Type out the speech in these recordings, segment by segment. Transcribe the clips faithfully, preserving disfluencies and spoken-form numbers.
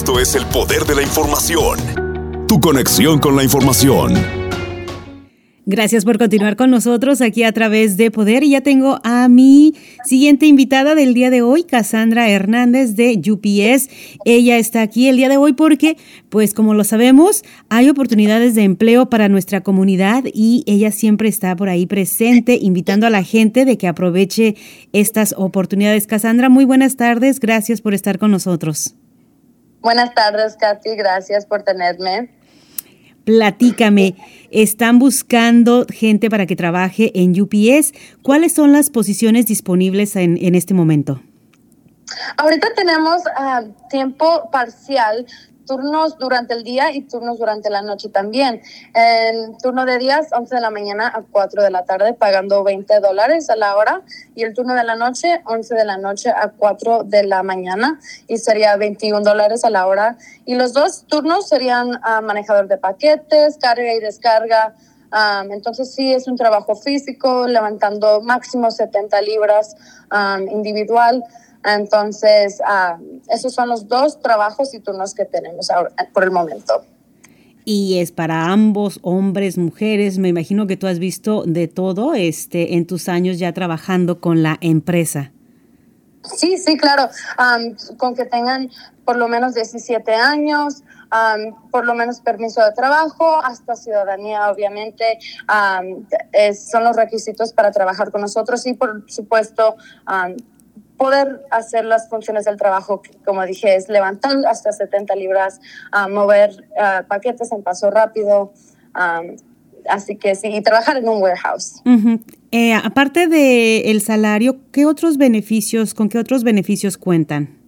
Esto es el poder de la información. Tu conexión con la información. Gracias por continuar con nosotros aquí a través de Poder. Y ya tengo a mi siguiente invitada del día de hoy, Cassandra Hernández de U P S. Ella está aquí el día de hoy porque, pues como lo sabemos, hay oportunidades de empleo para nuestra comunidad y ella siempre está por ahí presente, invitando a la gente de que aproveche estas oportunidades. Cassandra, muy buenas tardes. Gracias por estar con nosotros. Buenas tardes, Katy. Gracias por tenerme. Platícame, están buscando gente para que trabaje en U P S. ¿Cuáles son las posiciones disponibles en, en este momento? Ahorita tenemos uh, tiempo parcial, turnos durante el día y turnos durante la noche también. El turno de días, once de la mañana a cuatro de la tarde, pagando veinte dólares a la hora. Y el turno de la noche, once de la noche a cuatro de la mañana, y sería veintiún dólares a la hora. Y los dos turnos serían uh, manejador de paquetes, carga y descarga. Um, entonces sí, es un trabajo físico, levantando máximo setenta libras um, individual. Entonces, uh, esos son los dos trabajos y turnos que tenemos ahora, por el momento. Y es para ambos, hombres, mujeres. Me imagino que tú has visto de todo este, en tus años ya trabajando con la empresa. Sí, sí, claro. Um, con que tengan por lo menos diecisiete años, um, por lo menos permiso de trabajo, hasta ciudadanía, obviamente, um, es, son los requisitos para trabajar con nosotros y, por supuesto, um, poder hacer las funciones del trabajo, como dije, es levantar hasta setenta libras, uh, mover uh, paquetes en paso rápido, um, así que sí, y trabajar en un warehouse. Uh-huh. Eh, aparte del salario, ¿qué otros beneficios, con qué otros beneficios cuentan?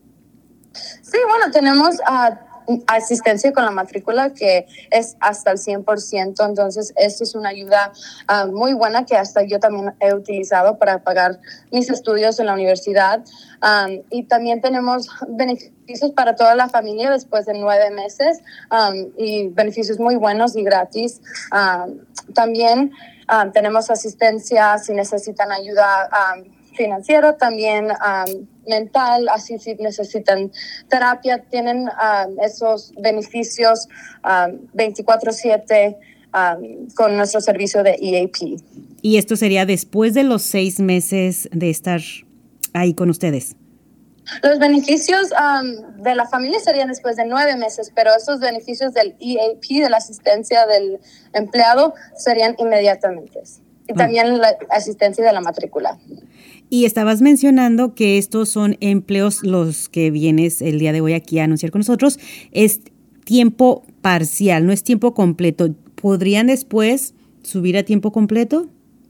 Sí, bueno, tenemos uh, asistencia con la matrícula que es hasta el cien por ciento, entonces esto es una ayuda uh, muy buena que hasta yo también he utilizado para pagar mis estudios en la universidad. Um, y también tenemos beneficios para toda la familia después de nueve meses um, y beneficios muy buenos y gratis. Um, también um, tenemos asistencia si necesitan ayuda um, financiera, también um, mental, así si necesitan terapia, tienen um, esos beneficios um, veinticuatro siete um, con nuestro servicio de E A P. Y esto sería después de los seis meses de estar ahí con ustedes. Los beneficios um, de la familia serían después de nueve meses, pero esos beneficios del E A P, de la asistencia del empleado, serían inmediatamente. Y también la asistencia de la matrícula. Y estabas mencionando que estos son empleos, los que vienes el día de hoy aquí a anunciar con nosotros, es tiempo parcial, no es tiempo completo. ¿Podrían después subir a tiempo completo?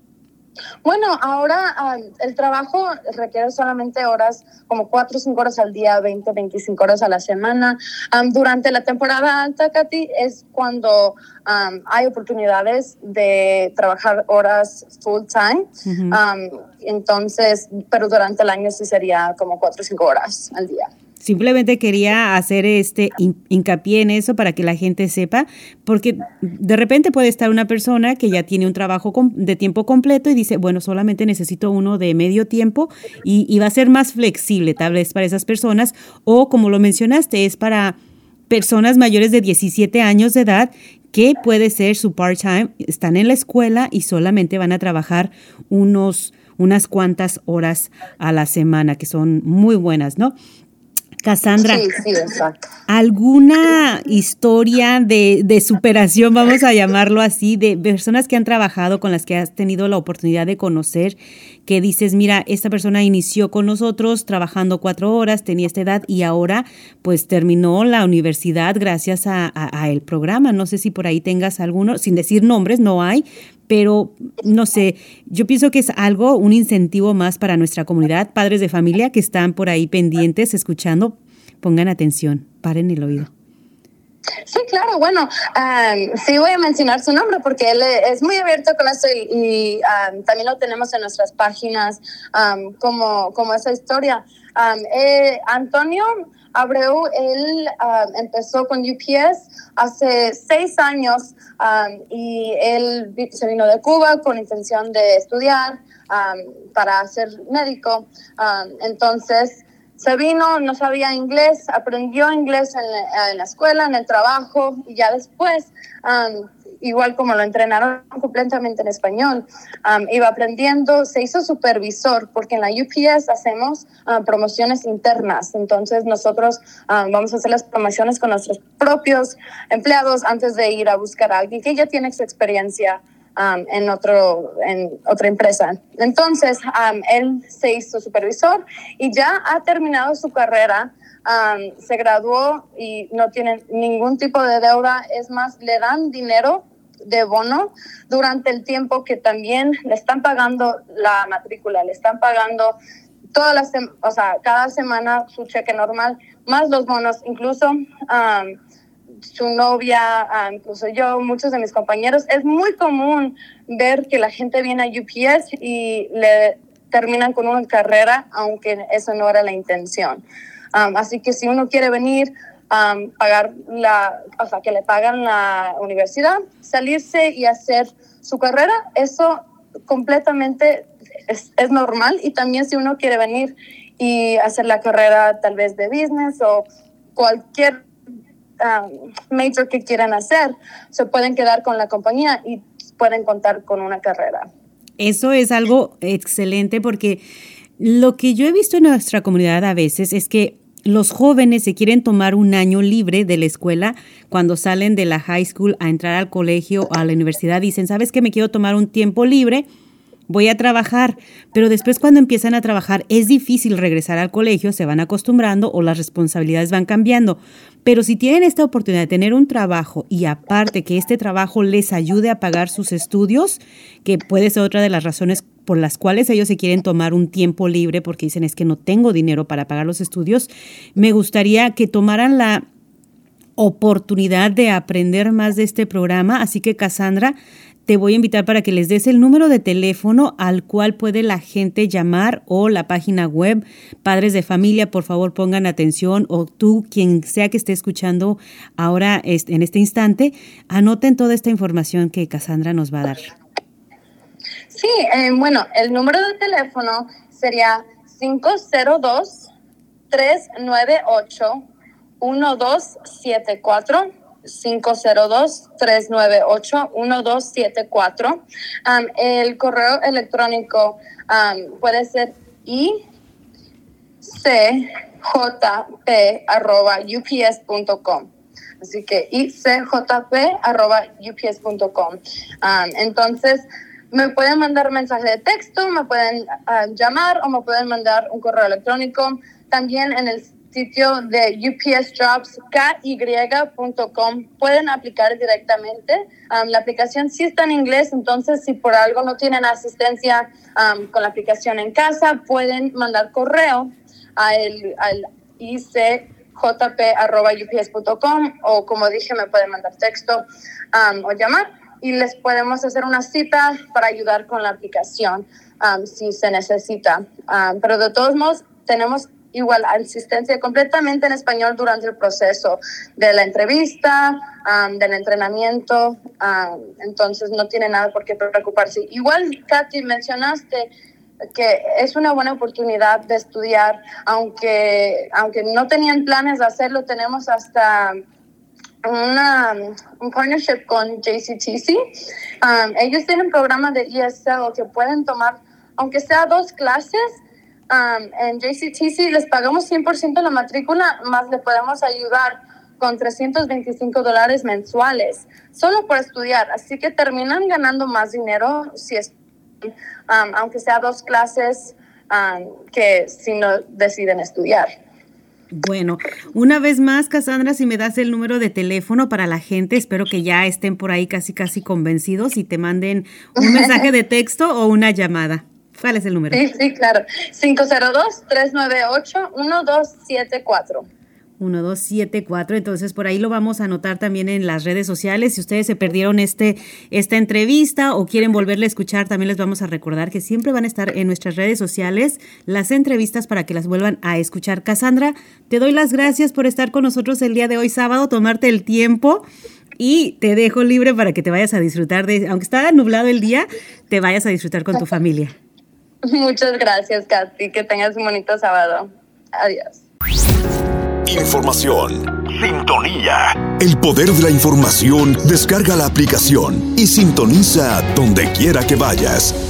Bueno, ahora um, el trabajo requiere solamente horas, como cuatro o cinco horas al día, veinte, veinticinco horas a la semana. Um, durante la temporada alta, Katy, es cuando um, hay oportunidades de trabajar horas full time. Uh-huh. Um, entonces, pero durante el año sí sería como cuatro o cinco horas al día. Simplemente quería hacer este hincapié en eso para que la gente sepa, porque de repente puede estar una persona que ya tiene un trabajo de tiempo completo y dice, bueno, solamente necesito uno de medio tiempo y, y va a ser más flexible tal vez para esas personas, o como lo mencionaste, es para personas mayores de diecisiete años de edad que puede ser su part-time, están en la escuela y solamente van a trabajar unos, unas cuantas horas a la semana, que son muy buenas, ¿no? Cassandra, sí, sí, exacto. ¿Alguna historia de, de superación, vamos a llamarlo así, de personas que han trabajado, con las que has tenido la oportunidad de conocer, que dices, mira, esta persona inició con nosotros trabajando cuatro horas, tenía esta edad y ahora pues terminó la universidad gracias a, a, a el programa? No sé si por ahí tengas alguno, sin decir nombres, no hay, pero no sé, yo pienso que es algo, un incentivo más para nuestra comunidad, padres de familia que están por ahí pendientes, escuchando, pongan atención, paren el oído. Sí, claro, bueno, um, sí voy a mencionar su nombre porque él es muy abierto con esto y, y um, también lo tenemos en nuestras páginas um, como, como esa historia. Um, eh, Antonio Abreu, él uh, empezó con U P S hace seis años um, y él se vino de Cuba con intención de estudiar um, para ser médico. Um, entonces, se vino, no sabía inglés, aprendió inglés en la, en la escuela, en el trabajo, y ya después, um, igual como lo entrenaron completamente en español, um, iba aprendiendo, se hizo supervisor, porque en la U P S hacemos uh, promociones internas. Entonces nosotros um, vamos a hacer las promociones con nuestros propios empleados antes de ir a buscar a alguien que ya tiene su experiencia Um, en, otro, en otra empresa. Entonces, um, él se hizo supervisor y ya ha terminado su carrera, um, se graduó y no tiene ningún tipo de deuda. Es más, le dan dinero de bono durante el tiempo que también le están pagando la matrícula, le están pagando todas las, o sea, cada semana su cheque normal, más los bonos, incluso um, su novia, uh, incluso yo, muchos de mis compañeros. Es muy común ver que la gente viene a U P S y le terminan con una carrera, aunque eso no era la intención. Um, así que si uno quiere venir, um, pagar la, o sea, que le pagan la universidad, salirse y hacer su carrera, eso completamente es, es normal. Y también si uno quiere venir y hacer la carrera tal vez de business o cualquier Um, major que quieran hacer, se pueden quedar con la compañía y pueden contar con una carrera. Eso es algo excelente, porque lo que yo he visto en nuestra comunidad a veces es que los jóvenes se quieren tomar un año libre de la escuela cuando salen de la high school a entrar al colegio o a la universidad. Dicen, ¿sabes qué? Me quiero tomar un tiempo libre, voy a trabajar, pero después cuando empiezan a trabajar es difícil regresar al colegio, se van acostumbrando o las responsabilidades van cambiando. Pero si tienen esta oportunidad de tener un trabajo y aparte que este trabajo les ayude a pagar sus estudios, que puede ser otra de las razones por las cuales ellos se quieren tomar un tiempo libre, porque dicen es que no tengo dinero para pagar los estudios, me gustaría que tomaran la oportunidad de aprender más de este programa. Así que, Cassandra, te voy a invitar para que les des el número de teléfono al cual puede la gente llamar, o la página web. Padres de familia, por favor, pongan atención, o tú, quien sea que esté escuchando ahora en este instante, anoten toda esta información que Cassandra nos va a dar. Sí, eh, bueno, el número de teléfono sería cinco cero dos, tres nueve ocho, uno dos siete cuatro. cinco cero dos, tres nueve ocho, uno dos siete cuatro. Um, el correo electrónico um, puede ser i c j p arroba u p s punto com. Así que i c j p arroba u p s punto com. Um, entonces, me pueden mandar mensaje de texto, me pueden uh, llamar o me pueden mandar un correo electrónico. También en el sitio de U P S Jobs K Y punto com pueden aplicar directamente. Um, la aplicación sí está en inglés, entonces si por algo no tienen asistencia um, con la aplicación en casa, pueden mandar correo al, al i c j p arroba u p s punto com, o como dije, me pueden mandar texto um, o llamar y les podemos hacer una cita para ayudar con la aplicación um, si se necesita. Um, pero de todos modos, tenemos igual asistencia completamente en español durante el proceso de la entrevista, um, del entrenamiento. Um, entonces no tiene nada por qué preocuparse. Igual, Katy, mencionaste que es una buena oportunidad de estudiar, aunque, aunque no tenían planes de hacerlo. Tenemos hasta una, un partnership con J C T C. Um, ellos tienen un programa de E S L que pueden tomar, aunque sea dos clases. Um, en J C T C les pagamos cien por ciento la matrícula, más le podemos ayudar con trescientos veinticinco dólares mensuales, solo por estudiar. Así que terminan ganando más dinero si es, um, aunque sea dos clases, um, que si no deciden estudiar. Bueno, una vez más, Cassandra, si me das el número de teléfono para la gente, espero que ya estén por ahí casi casi convencidos y te manden un mensaje de texto o una llamada. ¿Cuál es el número? Sí, sí, claro. cinco cero dos, tres nueve ocho, uno dos siete cuatro. uno dos siete cuatro, entonces por ahí lo vamos a anotar también en las redes sociales. Si ustedes se perdieron este esta entrevista o quieren volverla a escuchar, también les vamos a recordar que siempre van a estar en nuestras redes sociales las entrevistas para que las vuelvan a escuchar. Cassandra, te doy las gracias por estar con nosotros el día de hoy sábado, tomarte el tiempo, y te dejo libre para que te vayas a disfrutar de, aunque está nublado el día, te vayas a disfrutar con tu familia. Muchas gracias, Katy. Que tengas un bonito sábado. Adiós. Información. Sintonía. El poder de la información. Descarga la aplicación y sintoniza donde quiera que vayas.